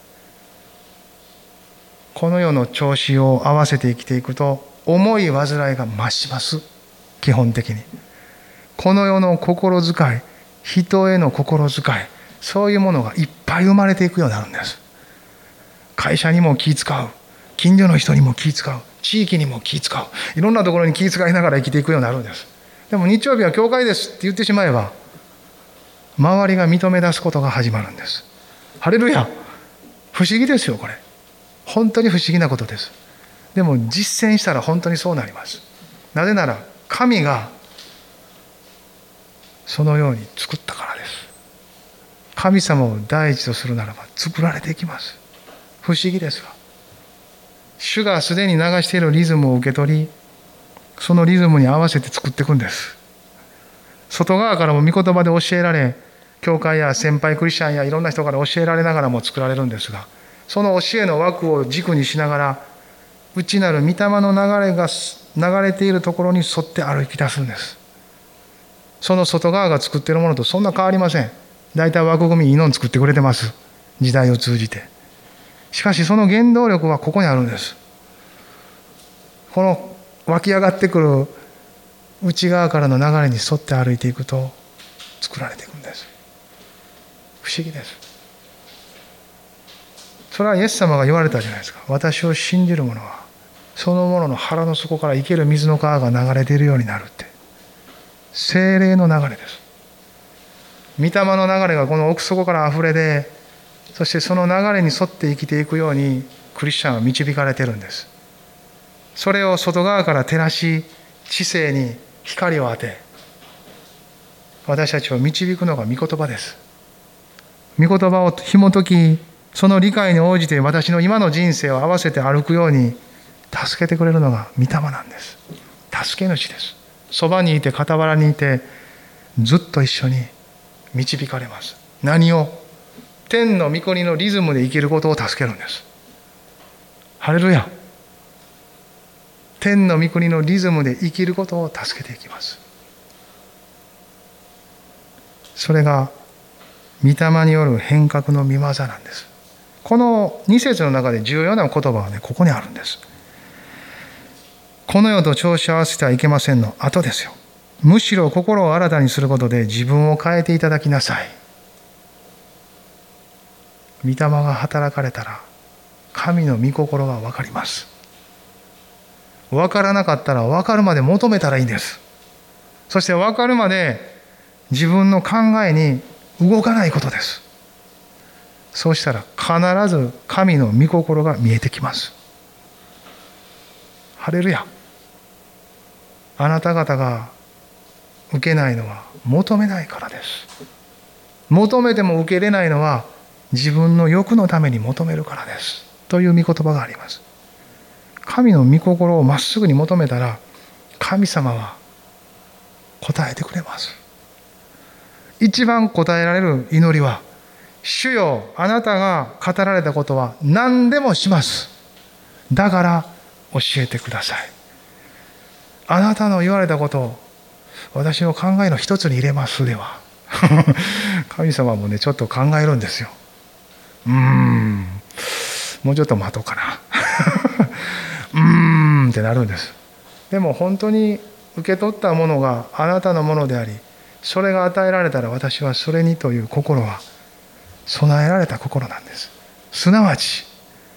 この世の調子を合わせて生きていくと、重い煩いが増します。基本的にこの世の心遣い、人への心遣い、そういうものがいっぱい生まれていくようになるんです。会社にも気使う、近所の人にも気使う、地域にも気使う、いろんなところに気遣いながら生きていくようになるんです。でも日曜日は教会ですって言ってしまえば、周りが認め出すことが始まるんです。ハレルヤ。不思議ですよ、これ。本当に不思議なことです。でも実践したら本当にそうなります。なぜなら神がそのように作ったからです。神様を第一とするならば作られていきます。不思議ですが、主がすでに流しているリズムを受け取り、そのリズムに合わせて作っていくんです。外側からも御言葉で教えられ、教会や先輩クリスチャンやいろんな人から教えられながらも作られるんですが、その教えの枠を軸にしながら、内なる御霊の流れが流れているところに沿って歩き出すんです。その外側が作っているものとそんな変わりません。大体枠組みいいのを作ってくれてます。時代を通じて。しかしその原動力はここにあるんです。この湧き上がってくる内側からの流れに沿って歩いていくと作られていくんです。不思議です。それはイエス様が言われたじゃないですか。私を信じる者はその者の腹の底から生ける水の川が流れているようになるって。聖霊の流れです。御霊の流れがこの奥底からあふれて、そしてその流れに沿って生きていくようにクリスチャンは導かれているんです。それを外側から照らし、知性に光を当て、私たちを導くのが御言葉です。御言葉を紐解き、その理解に応じて私の今の人生を合わせて歩くように助けてくれるのが御霊なんです。助け主です。そばにいて傍らにいてずっと一緒に導かれます。何を？天の御国のリズムで生きることを助けるんです。ハレルヤ。天の御国のリズムで生きることを助けていきます。それが御霊による変革の御業なんです。この2節の中で重要な言葉はね、ここにあるんです。この世と調子を合わせてはいけませんの後ですよ。むしろ心を新たにすることで自分を変えていただきなさい。御霊が働かれたら神の御心が分かります。分からなかったら分かるまで求めたらいいんです。そして分かるまで自分の考えに動かないことです。そうしたら必ず神の御心が見えてきます。ハレルヤ。あなた方が受けないのは求めないからです。求めても受けれないのは自分の欲のために求めるからです。という御言葉があります。神の御心をまっすぐに求めたら神様は答えてくれます。一番答えられる祈りは、主よ、あなたが語られたことは何でもします。だから教えてください。あなたの言われたことを私の考えの一つに入れますでは神様もねちょっと考えるんですよ。もうちょっと待とうかなってなるんです。でも本当に受け取ったものがあなたのものであり、 それが与えられたら私はそれにという心は備えられた心なんです。すなわち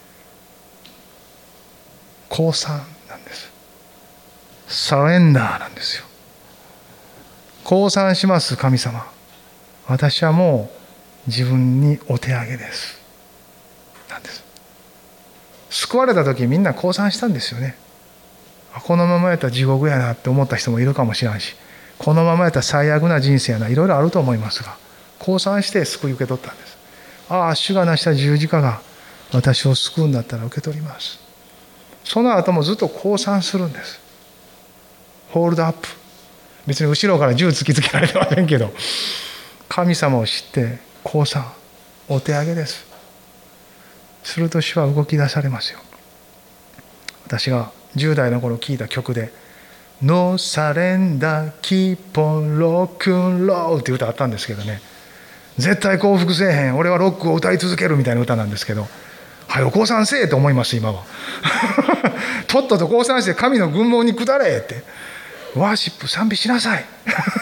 降参なんです。サレンダーなんですよ。降参します。神様、私はもう自分にお手上げですなんです。救われた時みんな降参したんですよね。このままやったら地獄やなって思った人もいるかもしれないし、このままやったら最悪な人生やな、いろいろあると思いますが、降参して救い受け取ったんです。ああ、主が成した十字架が私を救うんだったら受け取ります。その後もずっと降参するんです。ホールドアップ。別に後ろから銃突きつけられてませんけど、神様を知って降参、お手上げです。すると主は動き出されますよ。私が10代の頃聴いた曲で「No Surrender Keep on Rock and Roll」っていう歌あったんですけどね、絶対降伏せえへん、俺はロックを歌い続けるみたいな歌なんですけど、はよ降参せえと思います。今はとっとと降参して神の軍門に下れって、ワーシップ賛美しなさい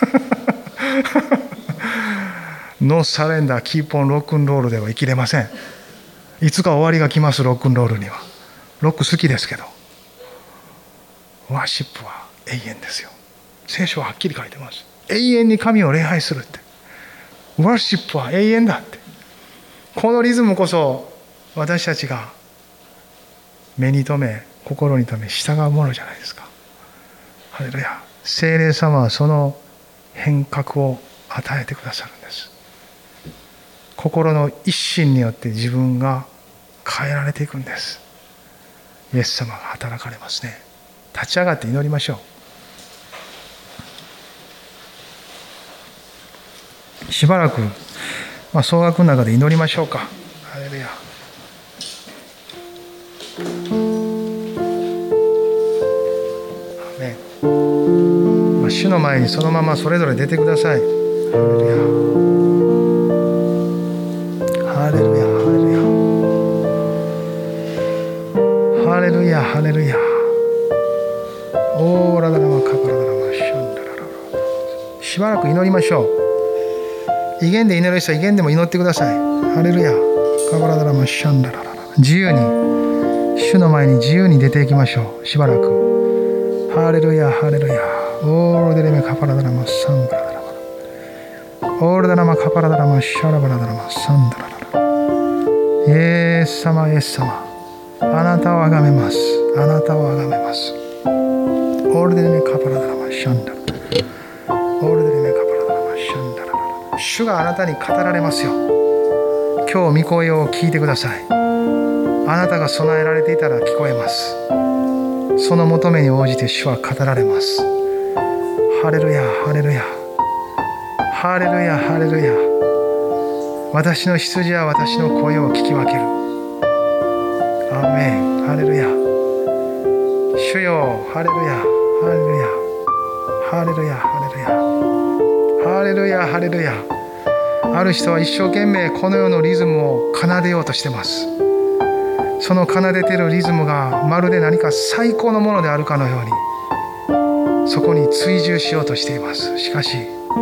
ノーサレンダーキープオンロックンロールでは生きれません。いつか終わりが来ます。ロックンロールには。ロック好きですけど、ワーシップは永遠ですよ。聖書ははっきり書いてます。永遠に神を礼拝するって、ワーシップは永遠だって。このリズムこそ私たちが目に留め心に留め従うものじゃないですか。ハレルヤ。聖霊様はその変革を与えてくださるんです。心の一心によって自分が変えられていくんです。イエス様が働かれますね。立ち上がって祈りましょう。しばらく、総額の中で祈りましょうか。ハレルヤ。主の前にそのままそれぞれ出てください。ハレルヤ。ハレルヤ。ハレルヤ。ハレルヤ。オーラダラマカパラダラマシャンダラララ。しばらく祈りましょう。威厳で祈る人は威厳でも祈ってください。ハレルヤ。カパラダラマシャンダラララ。自由に、主の前に自由に出ていきましょう。しばらく。ハレルヤ。ハレルヤ。オールデレメカパラダラマサンダラダラマ。オールダラマカパラダラマシャラバラダラマサンダラダラ。イエス様、イエス様。あなたをあがめます。あなたをあがめます。オールデレメカパラダラマシャンダラ。オールデレメカパラダラマシャンダララ。主があなたに語られますよ。今日御声を聞いてください。あなたが備えられていたら聞こえます。その求めに応じて主は語られます。ハレルヤ。ハレルヤ。ハレルヤ。ハレルヤ。私の羊は私の声を聞き分ける。アーメン。ハレルヤ。主よ。ハレルヤ。ハレルヤ。ハレルヤ。ハレルヤ。ハレルヤ。ハレルヤ。ある人は一生懸命この世のリズムを奏でようとしています。その奏でているリズムがまるで何か最高のものであるかのようにそこに追従しようとしています。しかし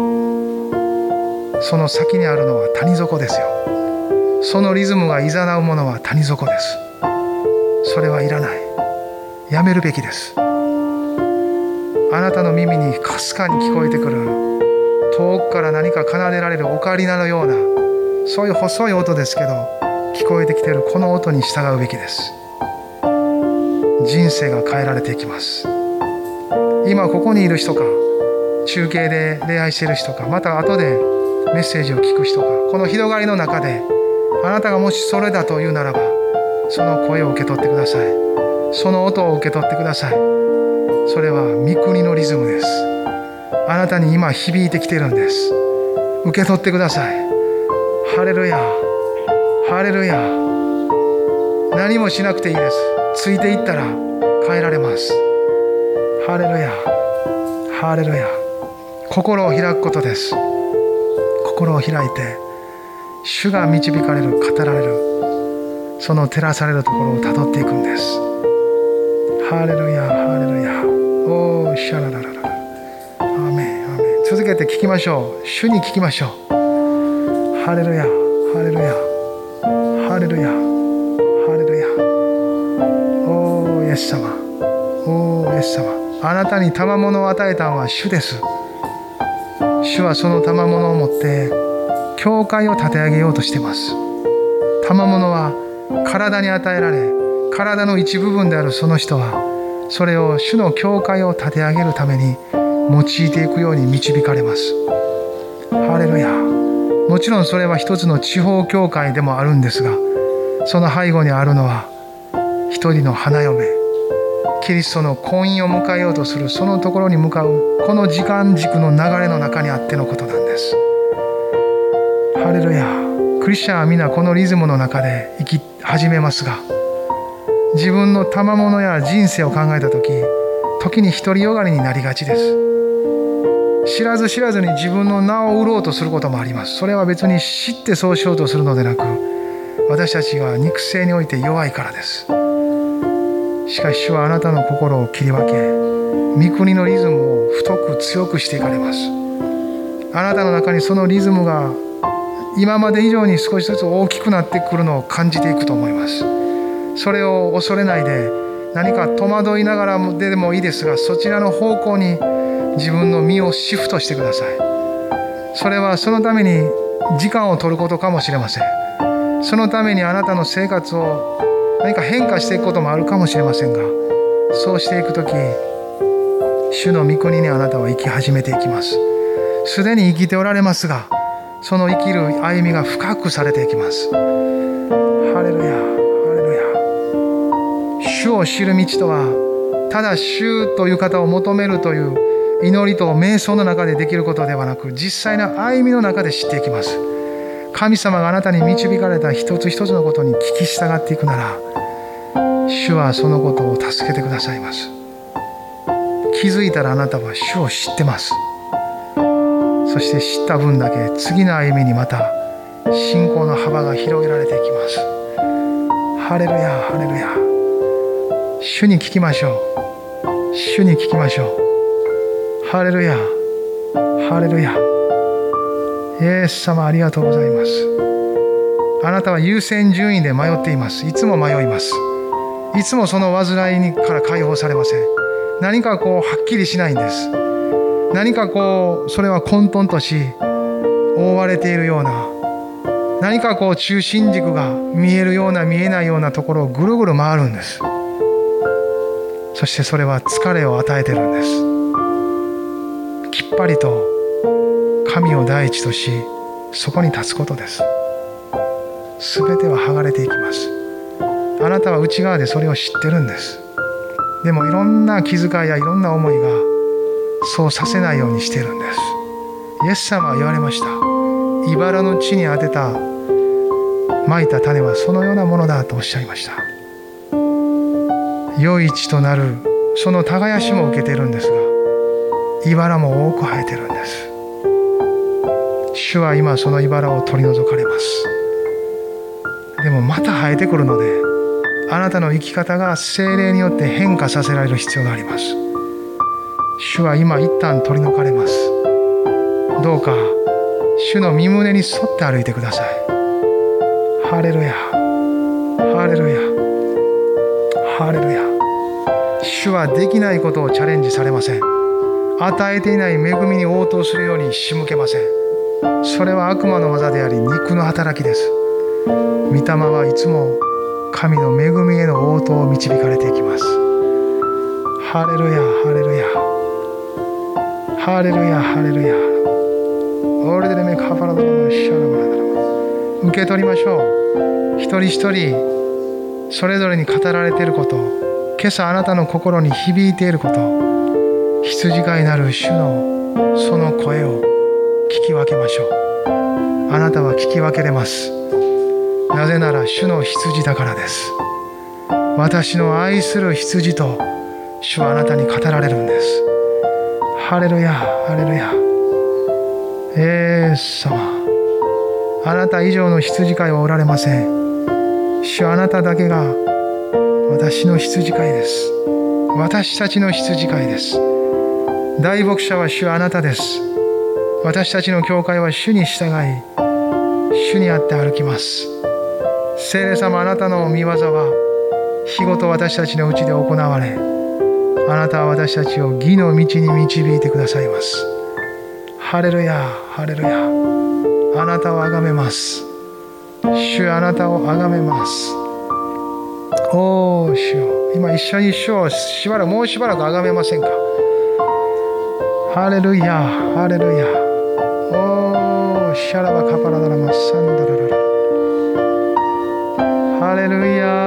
その先にあるのは谷底ですよ。そのリズムが誘うものは谷底です。それはいらない。やめるべきです。あなたの耳にかすかに聞こえてくる遠くから何か奏でられるオカリナのようなそういう細い音ですけど聞こえてきているこの音に従うべきです。人生が変えられていきます。今ここにいる人か中継で礼拝している人かまた後でメッセージを聞く人かこの広がりの中であなたがもしそれだというならばその声を受け取ってください。その音を受け取ってください。それは御国のリズムです。あなたに今響いてきているんです。受け取ってください。ハレルヤ。ハレルヤ。何もしなくていいです。ついていったら変えられます。ハレルヤ。ハレルヤ。心を開くことです。心を開いて主が導かれる語られるその照らされるところをたどっていくんです。ハレルヤ。ハレルヤ。おーシャララララ。アーメン。アーメン。 続けて聞きましょう。主に聞きましょう。ハレルヤ、ハレルヤ、ハレルヤ、ハレルヤ。おーイエス様、おーイエス様、あなたに賜物を与えたのは主です。主はその賜物を持って教会を立て上げようとしています。賜物は体に与えられ、体の一部分であるその人はそれを主の教会を立て上げるために用いていくように導かれます。ハレルヤ。もちろんそれは一つの地方教会でもあるんですが、その背後にあるのは一人の花嫁、キリストの婚姻を迎えようとするそのところに向かうこの時間軸の流れの中にあってのことなんです。ハレルヤ。クリスチャンは皆このリズムの中で生き始めますが、自分の賜物や人生を考えた時に独りよがりになりがちです。知らず知らずに自分の名を売ろうとすることもあります。それは別に知ってそうしようとするのでなく、私たちが肉声において弱いからです。しかし主はあなたの心を切り分け、御国のリズムを太く強くしていかれます。あなたの中にそのリズムが今まで以上に少しずつ大きくなってくるのを感じていくと思います。それを恐れないで、何か戸惑いながらでもいいですが、そちらの方向に自分の身をシフトしてください。それはそのために時間を取ることかもしれません。そのためにあなたの生活を何か変化していくこともあるかもしれませんが、そうしていくとき、主の御国にあなたは生き始めていきます。すでに生きておられますが、その生きる歩みが深くされていきます。ハレルヤ、ハレルヤ。主を知る道とは、ただ主という方を求めるという祈りと瞑想の中でできることではなく、実際の歩みの中で知っていきます。神様があなたに導かれた一つ一つのことに聞き従っていくなら、主はそのことを助けてくださいます。気づいたらあなたは主を知ってます。そして知った分だけ次の歩みにまた信仰の幅が広げられていきます。ハレルヤ、ハレルヤ。主に聞きましょう。主に聞きましょう。ハレルヤ、ハレルヤ。イエス様ありがとうございます。あなたは優先順位で迷っています。いつも迷います。いつもその煩いから解放されません。何かはっきりしないんです。何かそれは混沌とし覆われているような、何か中心軸が見えるような見えないようなところをぐるぐる回るんです。そしてそれは疲れを与えてるんです。きっぱりと神を第一とし、そこに立つことです。すべては剥がれていきます。あなたは内側でそれを知ってるんです。でもいろんな気遣いやいろんな思いがそうさせないようにしているんです。イエス様は言われました。茨の地に当てた蒔いた種はそのようなものだとおっしゃいました。良い地となるその耕しも受けているんですが、茨も多く生えてるんです。主は今その茨を取り除かれます。でもまた生えてくるので、あなたの生き方が聖霊によって変化させられる必要があります。主は今一旦取り除かれます。どうか主の御胸に沿って歩いてください。ハレルヤ、ハレルヤ、ハレルヤ。主はできないことをチャレンジされません。与えていない恵みに応答するように仕向けません。それは悪魔の技であり肉の働きです。御霊はいつも神の恵みへの応答を導かれていきます。ハレルヤ、ハレルヤ、ハレルヤ、ハレルヤ。オールデレメカファラドラマシャラマラダラマ。受け取りましょう。一人一人それぞれに語られていること、今朝あなたの心に響いていること、羊飼いなる主のその声を聞き分けましょう。あなたは聞き分けれます。なぜなら主の羊だからです。私の愛する羊と主はあなたに語られるんです。ハレルヤ、ハレルヤ。イエス様、あなた以上の羊飼いはおられません。主はあなただけが私の羊飼いです。私たちの羊飼いです。大牧者は主はあなたです。 私たちの教会は主に従い、主にあって歩きます。聖霊様、あなたの御業は日ごと私たちのうちで行われ、あなたは私たちを義の道に導いてくださいます。ハレルヤ、ハレルヤ。あなたをあがめます。主、あなたをあがめます。おー、主よ、今一緒に主をもうしばらくあがめませんか。ハレルヤ、ハレルヤ。おー、シャラバカパラダラマサンダラララ。ハレルヤ、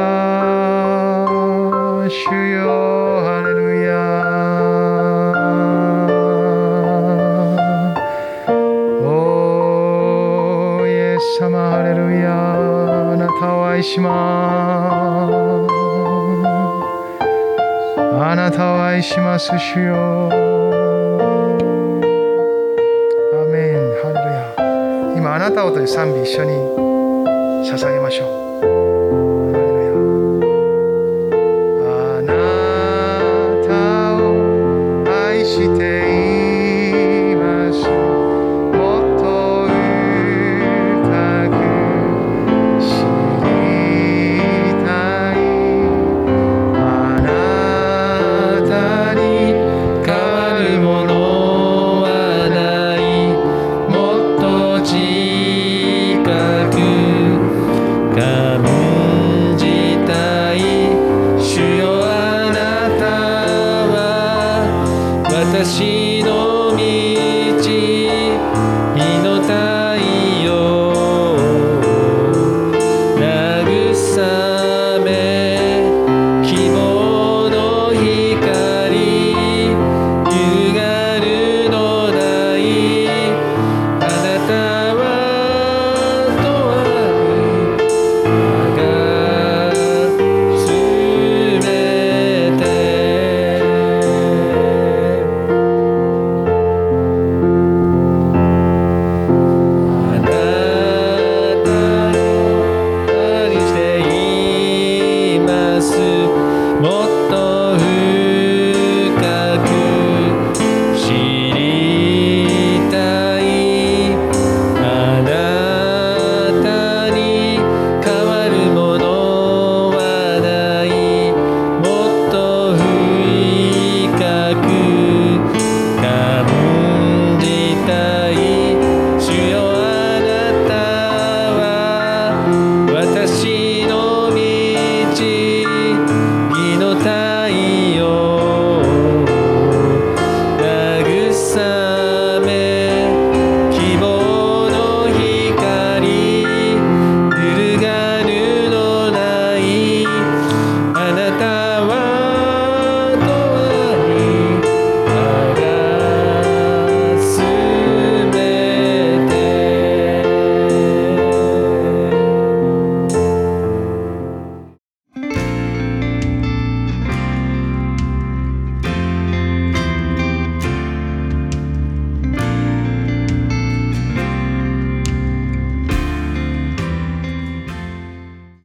主よ、ハレルヤ。おー、イエス様、ハレルヤ。あなたを愛します。あなたを愛します、主よ。アーメン、ハレルヤ。今、あなたをという賛美一緒に捧げましょう。